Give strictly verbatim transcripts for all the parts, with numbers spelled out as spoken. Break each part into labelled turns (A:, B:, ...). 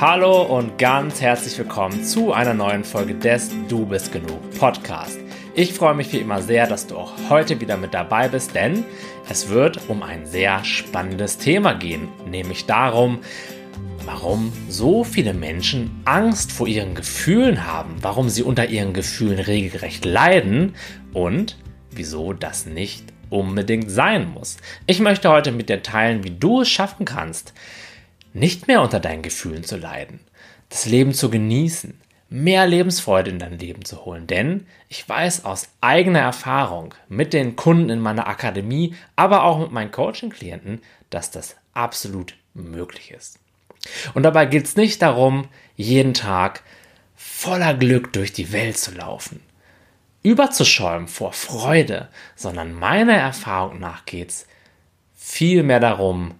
A: Hallo und ganz herzlich willkommen zu einer neuen Folge des Du bist genug Podcast. Ich freue mich wie immer sehr, dass du auch heute wieder mit dabei bist, denn es wird um ein sehr spannendes Thema gehen, nämlich darum, warum so viele Menschen Angst vor ihren Gefühlen haben, warum sie unter ihren Gefühlen regelrecht leiden und wieso das nicht unbedingt sein muss. Ich möchte heute mit dir teilen, wie du es schaffen kannst, nicht mehr unter deinen Gefühlen zu leiden, das Leben zu genießen, mehr Lebensfreude in dein Leben zu holen. Denn ich weiß aus eigener Erfahrung mit den Kunden in meiner Akademie, aber auch mit meinen Coaching-Klienten, dass das absolut möglich ist. Und dabei geht es nicht darum, jeden Tag voller Glück durch die Welt zu laufen, überzuschäumen vor Freude, sondern meiner Erfahrung nach geht es vielmehr darum,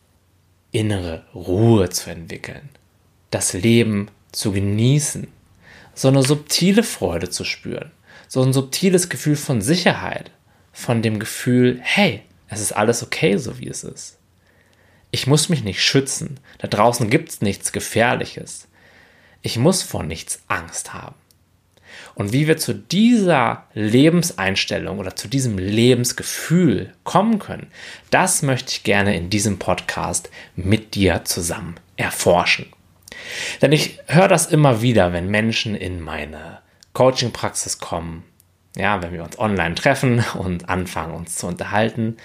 A: innere Ruhe zu entwickeln, das Leben zu genießen, so eine subtile Freude zu spüren, so ein subtiles Gefühl von Sicherheit, von dem Gefühl, hey, es ist alles okay, so wie es ist. Ich muss mich nicht schützen, da draußen gibt es nichts Gefährliches. Ich muss vor nichts Angst haben. Und wie wir zu dieser Lebenseinstellung oder zu diesem Lebensgefühl kommen können, das möchte ich gerne in diesem Podcast mit dir zusammen erforschen. Denn ich höre das immer wieder, wenn Menschen in meine Coaching-Praxis kommen, ja, wenn wir uns online treffen und anfangen, uns zu unterhalten,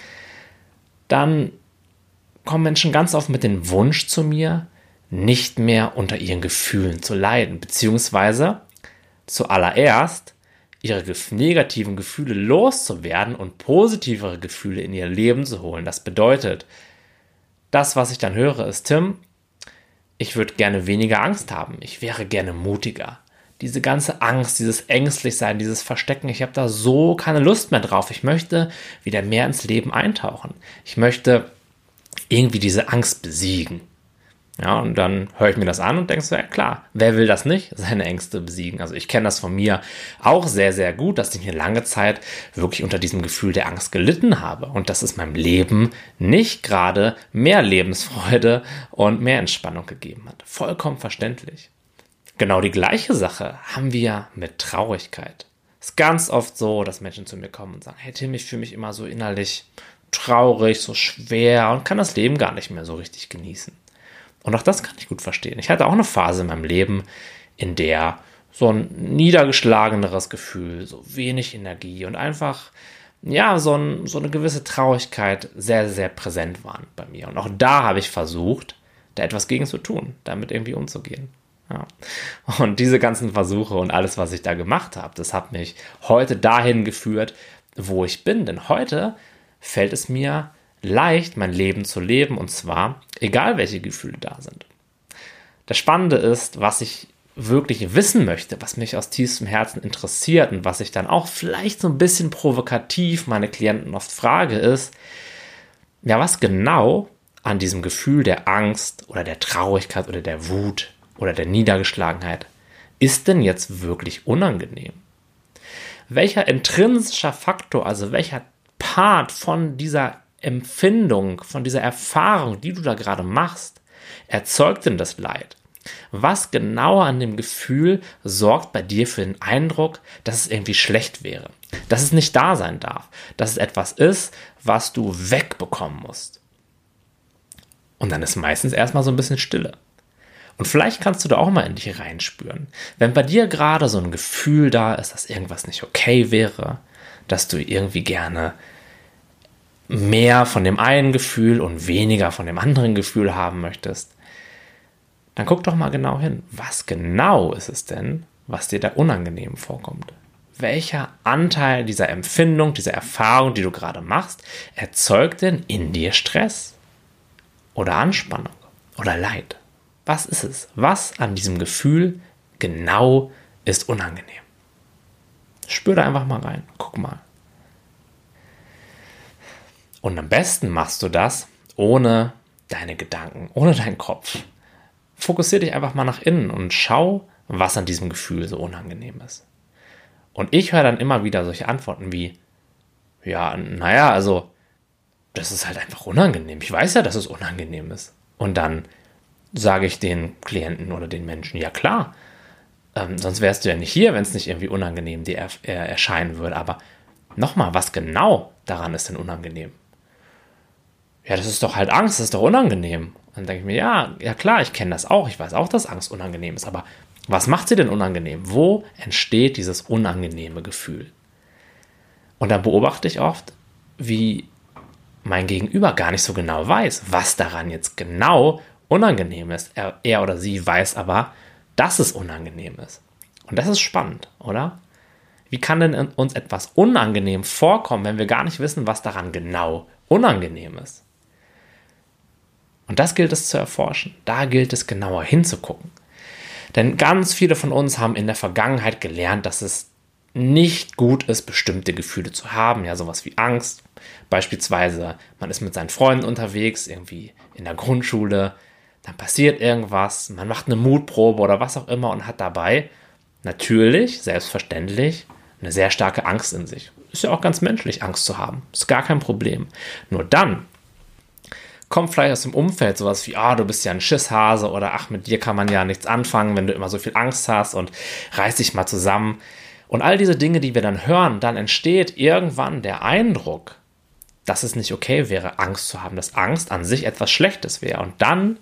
A: dann kommen Menschen ganz oft mit dem Wunsch zu mir, nicht mehr unter ihren Gefühlen zu leiden, beziehungsweise zuallererst ihre negativen Gefühle loszuwerden und positivere Gefühle in ihr Leben zu holen. Das bedeutet, das, was ich dann höre, ist, Tim, ich würde gerne weniger Angst haben. Ich wäre gerne mutiger. Diese ganze Angst, dieses Ängstlichsein, dieses Verstecken, ich habe da so keine Lust mehr drauf. Ich möchte wieder mehr ins Leben eintauchen. Ich möchte irgendwie diese Angst besiegen. Ja, und dann höre ich mir das an und denke so, ja klar, wer will das nicht, seine Ängste besiegen? Also ich kenne das von mir auch sehr, sehr gut, dass ich mir lange Zeit wirklich unter diesem Gefühl der Angst gelitten habe und dass es meinem Leben nicht gerade mehr Lebensfreude und mehr Entspannung gegeben hat. Vollkommen verständlich. Genau die gleiche Sache haben wir mit Traurigkeit. Es ist ganz oft so, dass Menschen zu mir kommen und sagen, hey Tim, ich fühle mich immer so innerlich traurig, so schwer und kann das Leben gar nicht mehr so richtig genießen. Und auch das kann ich gut verstehen. Ich hatte auch eine Phase in meinem Leben, in der so ein niedergeschlageneres Gefühl, so wenig Energie und einfach, ja, so, ein, so eine gewisse Traurigkeit sehr, sehr präsent waren bei mir. Und auch da habe ich versucht, da etwas gegen zu tun, damit irgendwie umzugehen. Ja. Und diese ganzen Versuche und alles, was ich da gemacht habe, das hat mich heute dahin geführt, wo ich bin. Denn heute fällt es mir leicht, mein Leben zu leben, und zwar egal, welche Gefühle da sind. Das Spannende ist, was ich wirklich wissen möchte, was mich aus tiefstem Herzen interessiert und was ich dann auch vielleicht so ein bisschen provokativ meine Klienten oft frage, ist, ja, was genau an diesem Gefühl der Angst oder der Traurigkeit oder der Wut oder der Niedergeschlagenheit ist denn jetzt wirklich unangenehm? Welcher intrinsischer Faktor, also welcher Part von dieser Empfindung, von dieser Erfahrung, die du da gerade machst, erzeugt denn das Leid? Was genau an dem Gefühl sorgt bei dir für den Eindruck, dass es irgendwie schlecht wäre, dass es nicht da sein darf, dass es etwas ist, was du wegbekommen musst? Und dann ist meistens erstmal so ein bisschen Stille. Und vielleicht kannst du da auch mal in dich reinspüren. Wenn bei dir gerade so ein Gefühl da ist, dass irgendwas nicht okay wäre, dass du irgendwie gerne mehr von dem einen Gefühl und weniger von dem anderen Gefühl haben möchtest, dann guck doch mal genau hin. Was genau ist es denn, was dir da unangenehm vorkommt? Welcher Anteil dieser Empfindung, dieser Erfahrung, die du gerade machst, erzeugt denn in dir Stress oder Anspannung oder Leid? Was ist es? Was an diesem Gefühl genau ist unangenehm? Spür da einfach mal rein. Guck mal. Und am besten machst du das ohne deine Gedanken, ohne deinen Kopf. Fokussier dich einfach mal nach innen und schau, was an diesem Gefühl so unangenehm ist. Und ich höre dann immer wieder solche Antworten wie, ja, naja, also, das ist halt einfach unangenehm. Ich weiß ja, dass es unangenehm ist. Und dann sage ich den Klienten oder den Menschen, ja klar, ähm, sonst wärst du ja nicht hier, wenn es nicht irgendwie unangenehm dir er, er, erscheinen würde. Aber nochmal, was genau daran ist denn unangenehm? Ja, das ist doch halt Angst, das ist doch unangenehm. Dann denke ich mir, ja, ja klar, ich kenne das auch, ich weiß auch, dass Angst unangenehm ist, aber was macht sie denn unangenehm? Wo entsteht dieses unangenehme Gefühl? Und dann beobachte ich oft, wie mein Gegenüber gar nicht so genau weiß, was daran jetzt genau unangenehm ist. Er, er oder sie weiß aber, dass es unangenehm ist. Und das ist spannend, oder? Wie kann denn uns etwas unangenehm vorkommen, wenn wir gar nicht wissen, was daran genau unangenehm ist? Und das gilt es zu erforschen. Da gilt es genauer hinzugucken. Denn ganz viele von uns haben in der Vergangenheit gelernt, dass es nicht gut ist, bestimmte Gefühle zu haben. Ja, sowas wie Angst. Beispielsweise, man ist mit seinen Freunden unterwegs, irgendwie in der Grundschule. Dann passiert irgendwas, man macht eine Mutprobe oder was auch immer und hat dabei natürlich, selbstverständlich, eine sehr starke Angst in sich. Ist ja auch ganz menschlich, Angst zu haben. Ist gar kein Problem. Nur dann kommt vielleicht aus dem Umfeld sowas wie, ah, du bist ja ein Schisshase oder ach, mit dir kann man ja nichts anfangen, wenn du immer so viel Angst hast und reiß dich mal zusammen. Und all diese Dinge, die wir dann hören, dann entsteht irgendwann der Eindruck, dass es nicht okay wäre, Angst zu haben, dass Angst an sich etwas Schlechtes wäre. Und dann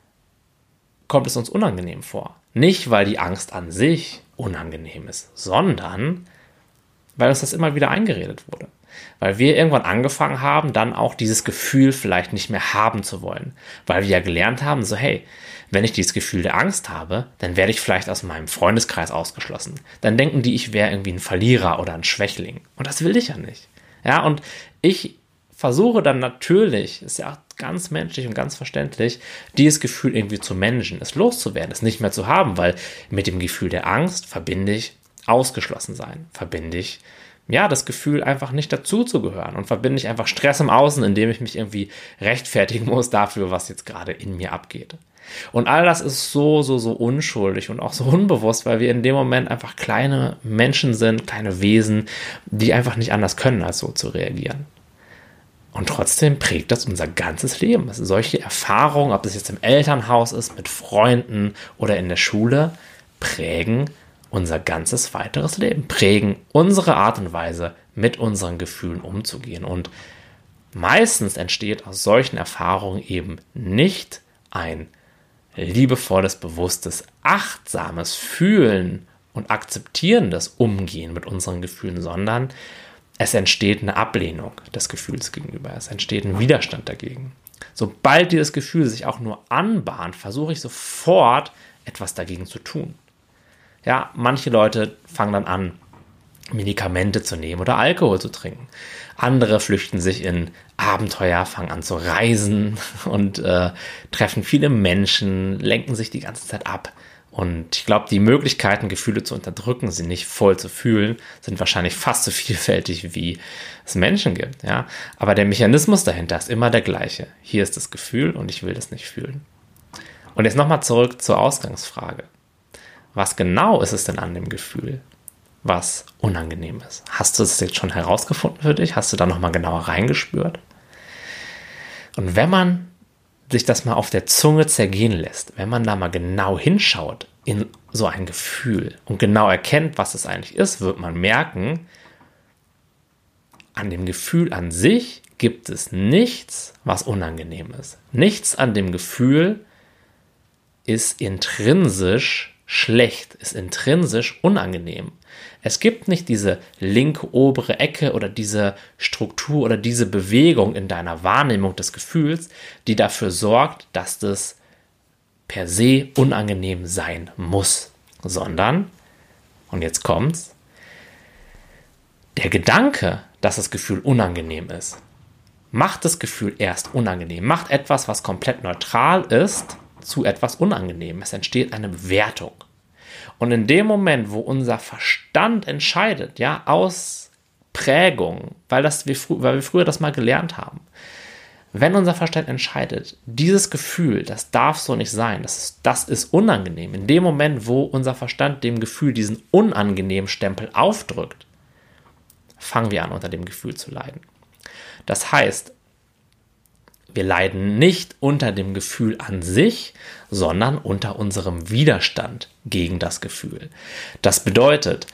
A: kommt es uns unangenehm vor. Nicht, weil die Angst an sich unangenehm ist, sondern weil uns das immer wieder eingeredet wurde. Weil wir irgendwann angefangen haben, dann auch dieses Gefühl vielleicht nicht mehr haben zu wollen. Weil wir ja gelernt haben, so hey, wenn ich dieses Gefühl der Angst habe, dann werde ich vielleicht aus meinem Freundeskreis ausgeschlossen. Dann denken die, ich wäre irgendwie ein Verlierer oder ein Schwächling. Und das will ich ja nicht. Ja, und ich versuche dann natürlich, ist ja auch ganz menschlich und ganz verständlich, dieses Gefühl irgendwie zu managen, es loszuwerden, es nicht mehr zu haben, weil mit dem Gefühl der Angst verbinde ich ausgeschlossen sein, verbinde ich ja, das Gefühl, einfach nicht dazuzugehören und verbinde ich einfach Stress im Außen, indem ich mich irgendwie rechtfertigen muss dafür, was jetzt gerade in mir abgeht. Und all das ist so, so, so unschuldig und auch so unbewusst, weil wir in dem Moment einfach kleine Menschen sind, kleine Wesen, die einfach nicht anders können, als so zu reagieren. Und trotzdem prägt das unser ganzes Leben. Also solche Erfahrungen, ob das jetzt im Elternhaus ist, mit Freunden oder in der Schule, prägen unser ganzes weiteres Leben, prägen unsere Art und Weise, mit unseren Gefühlen umzugehen. Und meistens entsteht aus solchen Erfahrungen eben nicht ein liebevolles, bewusstes, achtsames Fühlen und akzeptierendes Umgehen mit unseren Gefühlen, sondern es entsteht eine Ablehnung des Gefühls gegenüber. Es entsteht ein Widerstand dagegen. Sobald dieses Gefühl sich auch nur anbahnt, versuche ich sofort, etwas dagegen zu tun. Ja, manche Leute fangen dann an, Medikamente zu nehmen oder Alkohol zu trinken. Andere flüchten sich in Abenteuer, fangen an zu reisen und äh, treffen viele Menschen, lenken sich die ganze Zeit ab. Und ich glaube, die Möglichkeiten, Gefühle zu unterdrücken, sie nicht voll zu fühlen, sind wahrscheinlich fast so vielfältig, wie es Menschen gibt. Ja? Aber der Mechanismus dahinter ist immer der gleiche. Hier ist das Gefühl und ich will das nicht fühlen. Und jetzt nochmal zurück zur Ausgangsfrage. Was genau ist es denn an dem Gefühl, was unangenehm ist? Hast du es jetzt schon herausgefunden für dich? Hast du da nochmal genauer reingespürt? Und wenn man sich das mal auf der Zunge zergehen lässt, wenn man da mal genau hinschaut in so ein Gefühl und genau erkennt, was es eigentlich ist, wird man merken, an dem Gefühl an sich gibt es nichts, was unangenehm ist. Nichts an dem Gefühl ist intrinsisch schlecht, ist intrinsisch unangenehm. Es gibt nicht diese linke obere Ecke oder diese Struktur oder diese Bewegung in deiner Wahrnehmung des Gefühls, die dafür sorgt, dass das per se unangenehm sein muss, sondern, und jetzt kommt's, der Gedanke, dass das Gefühl unangenehm ist, macht das Gefühl erst unangenehm, macht etwas, was komplett neutral ist, zu etwas Unangenehmem. Es entsteht eine Bewertung. Und in dem Moment, wo unser Verstand entscheidet, ja, aus Prägung, weil, das wir, weil wir früher das mal gelernt haben, wenn unser Verstand entscheidet, dieses Gefühl, das darf so nicht sein, das ist, das ist unangenehm, in dem Moment, wo unser Verstand dem Gefühl diesen unangenehmen Stempel aufdrückt, fangen wir an, unter dem Gefühl zu leiden. Das heißt, Wir leiden nicht unter dem Gefühl an sich, sondern unter unserem Widerstand gegen das Gefühl. Das bedeutet,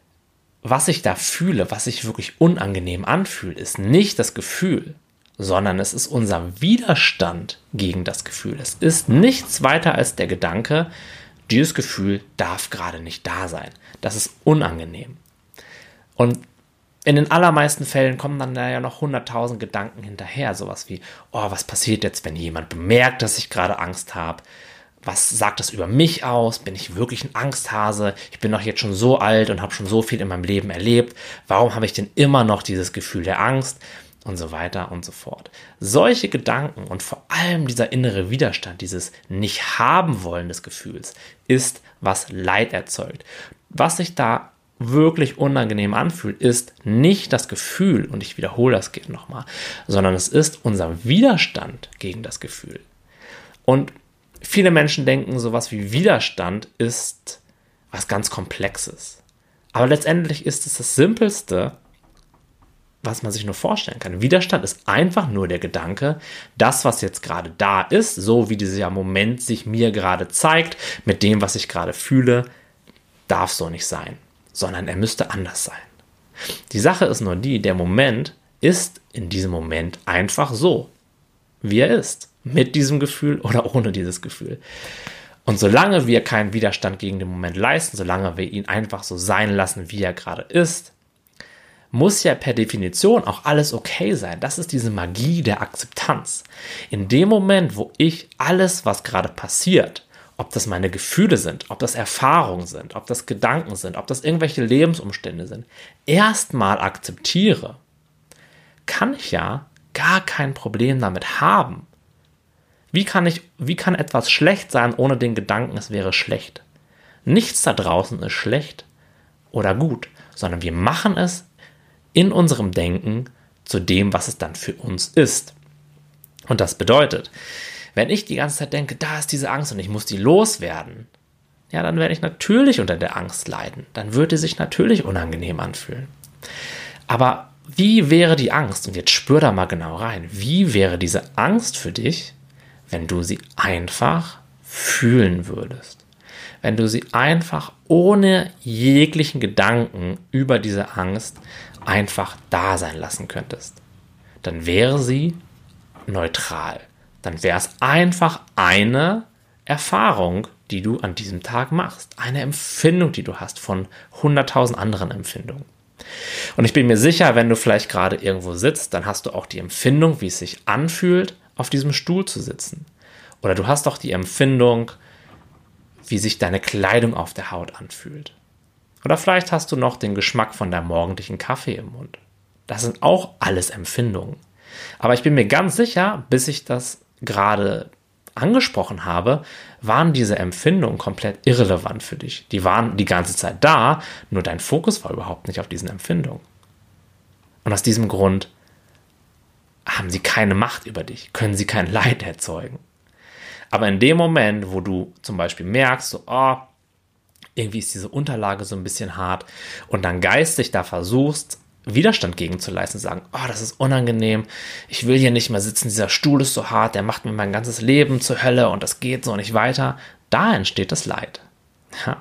A: was ich da fühle, was sich wirklich unangenehm anfühlt, ist nicht das Gefühl, sondern es ist unser Widerstand gegen das Gefühl. Es ist nichts weiter als der Gedanke, dieses Gefühl darf gerade nicht da sein. Das ist unangenehm. Und in den allermeisten Fällen kommen dann da ja noch hunderttausend Gedanken hinterher. Sowas wie, oh, was passiert jetzt, wenn jemand bemerkt, dass ich gerade Angst habe? Was sagt das über mich aus? Bin ich wirklich ein Angsthase? Ich bin doch jetzt schon so alt und habe schon so viel in meinem Leben erlebt. Warum habe ich denn immer noch dieses Gefühl der Angst? Und so weiter und so fort. Solche Gedanken und vor allem dieser innere Widerstand, dieses Nicht-haben-Wollen des Gefühls, ist, was Leid erzeugt. Was sich da wirklich unangenehm anfühlt, ist nicht das Gefühl, und ich wiederhole das gerne nochmal, sondern es ist unser Widerstand gegen das Gefühl. Und viele Menschen denken, sowas wie Widerstand ist was ganz Komplexes. Aber letztendlich ist es das Simpelste, was man sich nur vorstellen kann. Widerstand ist einfach nur der Gedanke, das, was jetzt gerade da ist, so wie dieser Moment sich mir gerade zeigt, mit dem, was ich gerade fühle, darf so nicht sein, sondern er müsste anders sein. Die Sache ist nur die, der Moment ist in diesem Moment einfach so, wie er ist, mit diesem Gefühl oder ohne dieses Gefühl. Und solange wir keinen Widerstand gegen den Moment leisten, solange wir ihn einfach so sein lassen, wie er gerade ist, muss ja per Definition auch alles okay sein. Das ist diese Magie der Akzeptanz. In dem Moment, wo ich alles, was gerade passiert, ob das meine Gefühle sind, ob das Erfahrungen sind, ob das Gedanken sind, ob das irgendwelche Lebensumstände sind, erstmal akzeptiere, kann ich ja gar kein Problem damit haben. Wie kann ich, wie kann etwas schlecht sein, ohne den Gedanken, es wäre schlecht? Nichts da draußen ist schlecht oder gut, sondern wir machen es in unserem Denken zu dem, was es dann für uns ist. Und das bedeutet, wenn ich die ganze Zeit denke, da ist diese Angst und ich muss die loswerden, ja, dann werde ich natürlich unter der Angst leiden. Dann würde sie sich natürlich unangenehm anfühlen. Aber wie wäre die Angst, und jetzt spür da mal genau rein, wie wäre diese Angst für dich, wenn du sie einfach fühlen würdest? Wenn du sie einfach ohne jeglichen Gedanken über diese Angst einfach da sein lassen könntest, dann wäre sie neutral. Dann wäre es einfach eine Erfahrung, die du an diesem Tag machst. Eine Empfindung, die du hast von hunderttausend anderen Empfindungen. Und ich bin mir sicher, wenn du vielleicht gerade irgendwo sitzt, dann hast du auch die Empfindung, wie es sich anfühlt, auf diesem Stuhl zu sitzen. Oder du hast auch die Empfindung, wie sich deine Kleidung auf der Haut anfühlt. Oder vielleicht hast du noch den Geschmack von deinem morgendlichen Kaffee im Mund. Das sind auch alles Empfindungen. Aber ich bin mir ganz sicher, bis ich das gerade angesprochen habe, waren diese Empfindungen komplett irrelevant für dich. Die waren die ganze Zeit da, nur dein Fokus war überhaupt nicht auf diesen Empfindungen. Und aus diesem Grund haben sie keine Macht über dich, können sie kein Leid erzeugen. Aber in dem Moment, wo du zum Beispiel merkst, so, oh, irgendwie ist diese Unterlage so ein bisschen hart und dann geistig da versuchst, Widerstand gegen zu leisten, sagen, oh, das ist unangenehm, ich will hier nicht mehr sitzen, dieser Stuhl ist so hart, der macht mir mein ganzes Leben zur Hölle und das geht so nicht weiter, da entsteht das Leid. Ja.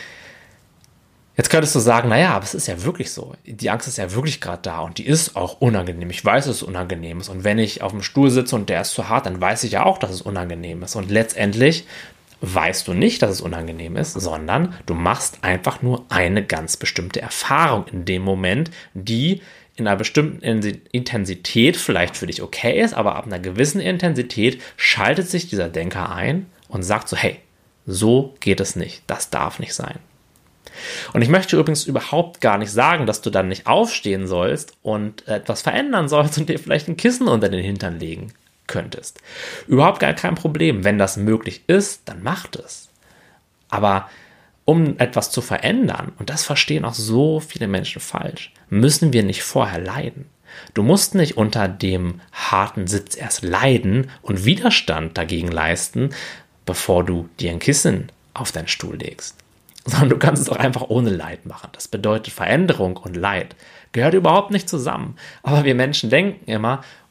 A: Jetzt könntest du sagen, naja, aber es ist ja wirklich so, die Angst ist ja wirklich gerade da und die ist auch unangenehm, ich weiß, dass es unangenehm ist und wenn ich auf dem Stuhl sitze und der ist zu hart, dann weiß ich ja auch, dass es unangenehm ist und letztendlich weißt du nicht, dass es unangenehm ist, sondern du machst einfach nur eine ganz bestimmte Erfahrung in dem Moment, die in einer bestimmten Intensität vielleicht für dich okay ist, aber ab einer gewissen Intensität schaltet sich dieser Denker ein und sagt so, hey, so geht es nicht, das darf nicht sein. Und ich möchte übrigens überhaupt gar nicht sagen, dass du dann nicht aufstehen sollst und etwas verändern sollst und dir vielleicht ein Kissen unter den Hintern legen könntest. Überhaupt gar kein Problem. Wenn das möglich ist, dann mach es. Aber um etwas zu verändern, und das verstehen auch so viele Menschen falsch, müssen wir nicht vorher leiden. Du musst nicht unter dem harten Sitz erst leiden und Widerstand dagegen leisten, bevor du dir ein Kissen auf deinen Stuhl legst. Sondern du kannst es auch einfach ohne Leid machen. Das bedeutet, Veränderung und Leid gehört überhaupt nicht zusammen. Aber wir Menschen denken immer,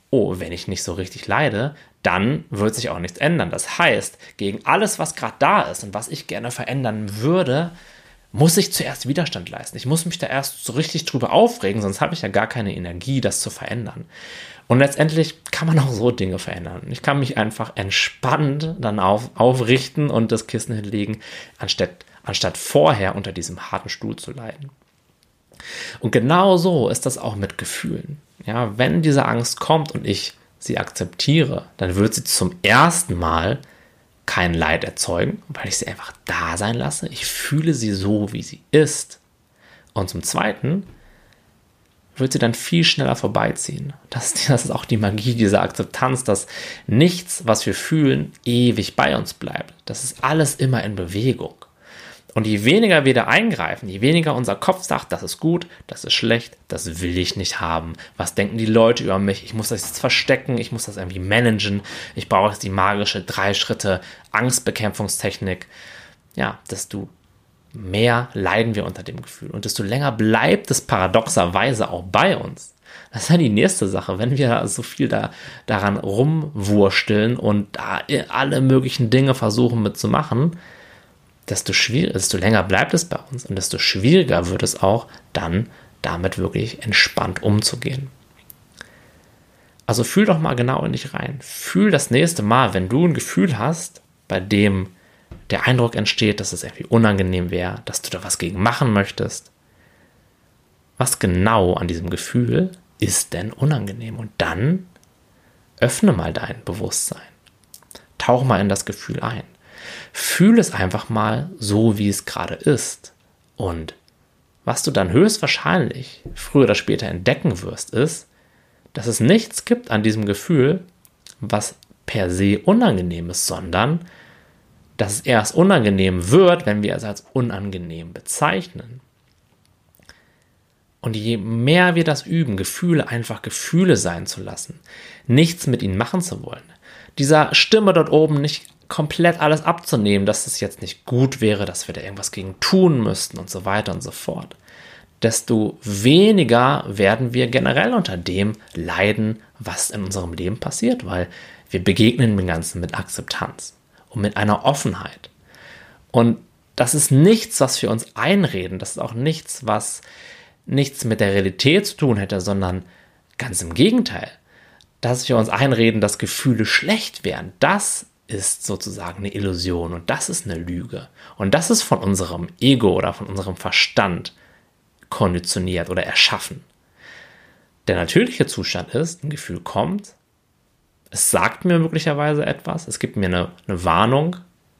A: oh, wenn ich nicht so richtig leide, dann wird sich auch nichts ändern. Das heißt, gegen alles, was gerade da ist und was ich gerne verändern würde, muss ich zuerst Widerstand leisten. Ich muss mich da erst so richtig drüber aufregen, sonst habe ich ja gar keine Energie, das zu verändern. Und letztendlich kann man auch so Dinge verändern. Ich kann mich einfach entspannt dann auf, aufrichten und das Kissen hinlegen, anstatt, anstatt vorher unter diesem harten Stuhl zu leiden. Und genau so ist das auch mit Gefühlen. Ja, wenn diese Angst kommt und ich sie akzeptiere, dann wird sie zum ersten Mal kein Leid erzeugen, weil ich sie einfach da sein lasse. Ich fühle sie so, wie sie ist. Und zum Zweiten wird sie dann viel schneller vorbeiziehen. Das, das ist auch die Magie dieser Akzeptanz, dass nichts, was wir fühlen, ewig bei uns bleibt. Das ist alles immer in Bewegung. Und je weniger wir da eingreifen, je weniger unser Kopf sagt, das ist gut, das ist schlecht, das will ich nicht haben. Was denken die Leute über mich? Ich muss das jetzt verstecken, ich muss das irgendwie managen. Ich brauche jetzt die magische drei Schritte Angstbekämpfungstechnik. Ja, desto mehr leiden wir unter dem Gefühl. Und desto länger bleibt es paradoxerweise auch bei uns. Das ist ja die nächste Sache. Wenn wir so viel da, daran rumwursteln und da alle möglichen Dinge versuchen mitzumachen, desto schwieriger, desto länger bleibt es bei uns und desto schwieriger wird es auch, dann damit wirklich entspannt umzugehen. Also fühl doch mal genau in dich rein. Fühl das nächste Mal, wenn du ein Gefühl hast, bei dem der Eindruck entsteht, dass es irgendwie unangenehm wäre, dass du da was gegen machen möchtest. Was genau an diesem Gefühl ist denn unangenehm? Und dann öffne mal dein Bewusstsein. Tauch mal in das Gefühl ein. Fühl es einfach mal so, wie es gerade ist. Und was du dann höchstwahrscheinlich früher oder später entdecken wirst, ist, dass es nichts gibt an diesem Gefühl, was per se unangenehm ist, sondern dass es erst unangenehm wird, wenn wir es als unangenehm bezeichnen. Und je mehr wir das üben, Gefühle einfach Gefühle sein zu lassen, nichts mit ihnen machen zu wollen, dieser Stimme dort oben nicht komplett alles abzunehmen, dass es jetzt nicht gut wäre, dass wir da irgendwas gegen tun müssten und so weiter und so fort, desto weniger werden wir generell unter dem leiden, was in unserem Leben passiert, weil wir begegnen dem Ganzen mit Akzeptanz und mit einer Offenheit. Und das ist nichts, was wir uns einreden, das ist auch nichts, was nichts mit der Realität zu tun hätte, sondern ganz im Gegenteil, dass wir uns einreden, dass Gefühle schlecht wären, das ist sozusagen eine Illusion und das ist eine Lüge. Und das ist von unserem Ego oder von unserem Verstand konditioniert oder erschaffen. Der natürliche Zustand ist, ein Gefühl kommt, es sagt mir möglicherweise etwas, es gibt mir eine, eine Warnung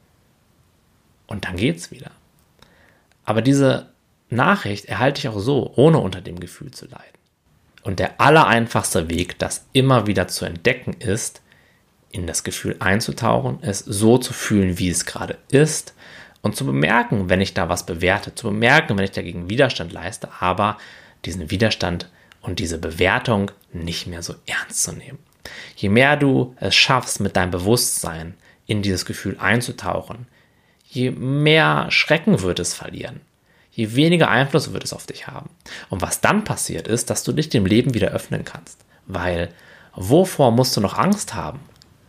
A: und dann geht's wieder. Aber diese Nachricht erhalte ich auch so, ohne unter dem Gefühl zu leiden. Und der allereinfachste Weg, das immer wieder zu entdecken, ist, in das Gefühl einzutauchen, es so zu fühlen, wie es gerade ist und zu bemerken, wenn ich da was bewerte, zu bemerken, wenn ich dagegen Widerstand leiste, aber diesen Widerstand und diese Bewertung nicht mehr so ernst zu nehmen. Je mehr du es schaffst, mit deinem Bewusstsein in dieses Gefühl einzutauchen, je mehr Schrecken wird es verlieren, je weniger Einfluss wird es auf dich haben. Und was dann passiert ist, dass du dich dem Leben wieder öffnen kannst, weil wovor musst du noch Angst haben?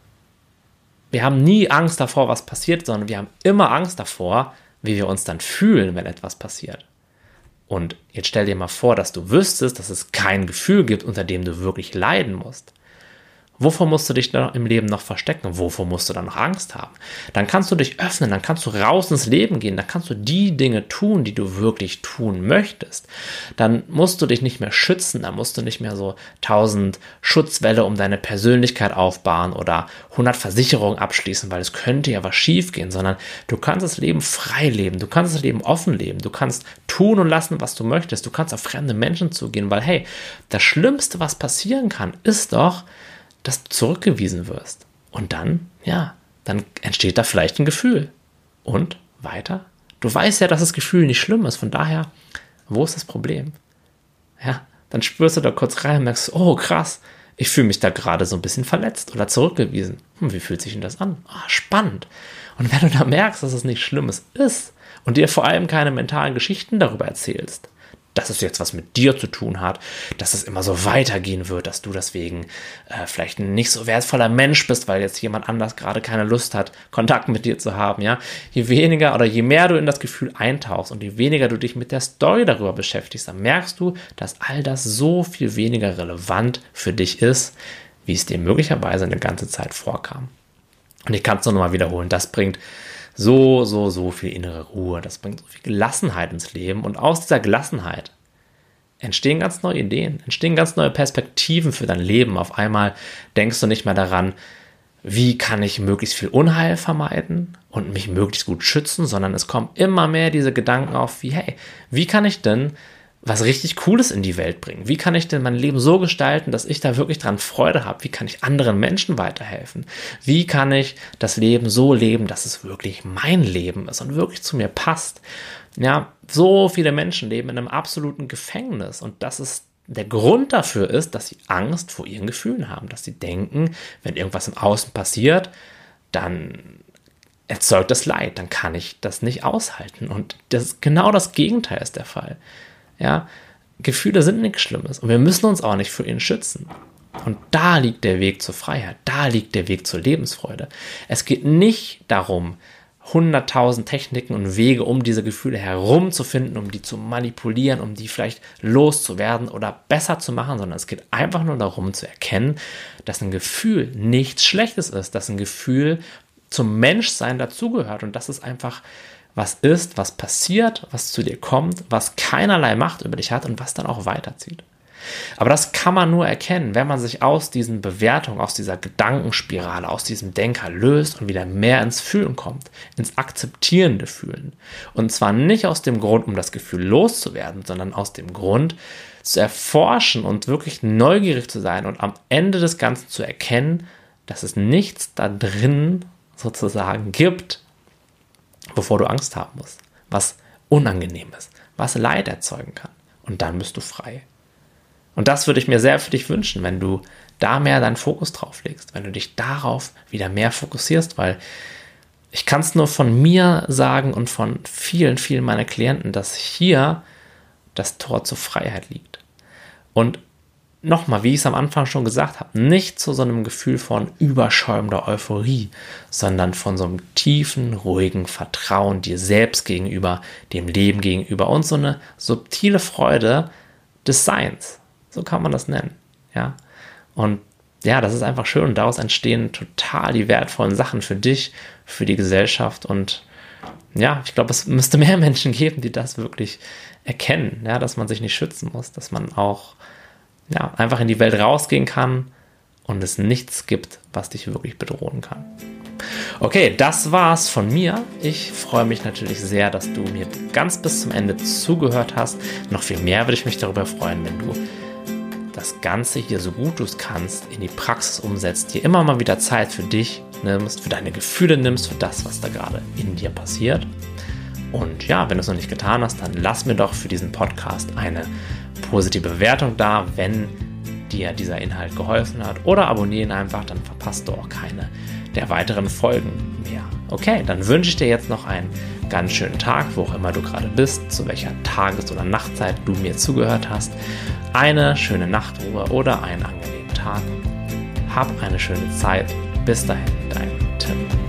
A: Wir haben nie Angst davor, was passiert, sondern wir haben immer Angst davor, wie wir uns dann fühlen, wenn etwas passiert. Und jetzt stell dir mal vor, dass du wüsstest, dass es kein Gefühl gibt, unter dem du wirklich leiden musst. Wovor musst du dich im Leben noch verstecken? Wovor musst du dann noch Angst haben? Dann kannst du dich öffnen, dann kannst du raus ins Leben gehen, dann kannst du die Dinge tun, die du wirklich tun möchtest. Dann musst du dich nicht mehr schützen, dann musst du nicht mehr so tausend Schutzwälle um deine Persönlichkeit aufbauen oder hundert Versicherungen abschließen, weil es könnte ja was schief gehen, sondern du kannst das Leben frei leben, du kannst das Leben offen leben, du kannst tun und lassen, was du möchtest, du kannst auf fremde Menschen zugehen, weil hey, das Schlimmste, was passieren kann, ist doch, dass du zurückgewiesen wirst. Und dann, ja, dann entsteht da vielleicht ein Gefühl. Und weiter? Du weißt ja, dass das Gefühl nicht schlimm ist. Von daher, wo ist das Problem? Ja, dann spürst du da kurz rein und merkst, oh krass, ich fühle mich da gerade so ein bisschen verletzt oder zurückgewiesen. Hm, wie fühlt sich denn das an? Ah, spannend. Und wenn du da merkst, dass es nichts Schlimmes ist und dir vor allem keine mentalen Geschichten darüber erzählst, dass es jetzt was mit dir zu tun hat, dass es immer so weitergehen wird, dass du deswegen äh, vielleicht ein nicht so wertvoller Mensch bist, weil jetzt jemand anders gerade keine Lust hat, Kontakt mit dir zu haben, ja. Je weniger oder je mehr du in das Gefühl eintauchst und je weniger du dich mit der Story darüber beschäftigst, dann merkst du, dass all das so viel weniger relevant für dich ist, wie es dir möglicherweise eine ganze Zeit vorkam. Und ich kann es nur noch mal wiederholen, das bringt so, so, so viel innere Ruhe, das bringt so viel Gelassenheit ins Leben und aus dieser Gelassenheit entstehen ganz neue Ideen, entstehen ganz neue Perspektiven für dein Leben. Auf einmal denkst du nicht mehr daran, wie kann ich möglichst viel Unheil vermeiden und mich möglichst gut schützen, sondern es kommen immer mehr diese Gedanken auf wie, hey, wie kann ich denn was richtig Cooles in die Welt bringen? Wie kann ich denn mein Leben so gestalten, dass ich da wirklich dran Freude habe? Wie kann ich anderen Menschen weiterhelfen? Wie kann ich das Leben so leben, dass es wirklich mein Leben ist und wirklich zu mir passt? Ja, so viele Menschen leben in einem absoluten Gefängnis und das ist der Grund dafür ist, dass sie Angst vor ihren Gefühlen haben, dass sie denken, wenn irgendwas im Außen passiert, dann erzeugt das Leid, dann kann ich das nicht aushalten und das, genau das Gegenteil ist der Fall. Ja, Gefühle sind nichts Schlimmes und wir müssen uns auch nicht für ihn schützen. Und da liegt der Weg zur Freiheit, da liegt der Weg zur Lebensfreude. Es geht nicht darum, hunderttausend Techniken und Wege, um diese Gefühle herumzufinden, um die zu manipulieren, um die vielleicht loszuwerden oder besser zu machen, sondern es geht einfach nur darum zu erkennen, dass ein Gefühl nichts Schlechtes ist, dass ein Gefühl zum Menschsein dazugehört und dass es einfach was ist, was passiert, was zu dir kommt, was keinerlei Macht über dich hat und was dann auch weiterzieht. Aber das kann man nur erkennen, wenn man sich aus diesen Bewertungen, aus dieser Gedankenspirale, aus diesem Denker löst und wieder mehr ins Fühlen kommt, ins akzeptierende Fühlen. Und zwar nicht aus dem Grund, um das Gefühl loszuwerden, sondern aus dem Grund, zu erforschen und wirklich neugierig zu sein und am Ende des Ganzen zu erkennen, dass es nichts da drin sozusagen gibt, wovor du Angst haben musst, was unangenehm ist, was Leid erzeugen kann. Und dann bist du frei. Und das würde ich mir sehr für dich wünschen, wenn du da mehr deinen Fokus drauf legst, wenn du dich darauf wieder mehr fokussierst, weil ich kann es nur von mir sagen und von vielen, vielen meiner Klienten, dass hier das Tor zur Freiheit liegt. Und nochmal, wie ich es am Anfang schon gesagt habe, nicht zu so einem Gefühl von überschäumender Euphorie, sondern von so einem tiefen, ruhigen Vertrauen dir selbst gegenüber, dem Leben gegenüber und so eine subtile Freude des Seins. So kann man das nennen. Ja? Und ja, das ist einfach schön und daraus entstehen total die wertvollen Sachen für dich, für die Gesellschaft und ja, ich glaube, es müsste mehr Menschen geben, die das wirklich erkennen, ja, dass man sich nicht schützen muss, dass man auch ja, einfach in die Welt rausgehen kann und es nichts gibt, was dich wirklich bedrohen kann. Okay, das war's von mir. Ich freue mich natürlich sehr, dass du mir ganz bis zum Ende zugehört hast. Noch viel mehr würde ich mich darüber freuen, wenn du das Ganze hier so gut du es kannst in die Praxis umsetzt, dir immer mal wieder Zeit für dich nimmst, für deine Gefühle nimmst, für das, was da gerade in dir passiert. Und ja, wenn du es noch nicht getan hast, dann lass mir doch für diesen Podcast eine positive Bewertung da, wenn dir dieser Inhalt geholfen hat, oder abonniere ihn einfach, dann verpasst du auch keine der weiteren Folgen mehr. Okay, dann wünsche ich dir jetzt noch einen ganz schönen Tag, wo auch immer du gerade bist, zu welcher Tages- oder Nachtzeit du mir zugehört hast. Eine schöne Nachtruhe oder einen angenehmen Tag. Hab eine schöne Zeit. Bis dahin, dein Tim.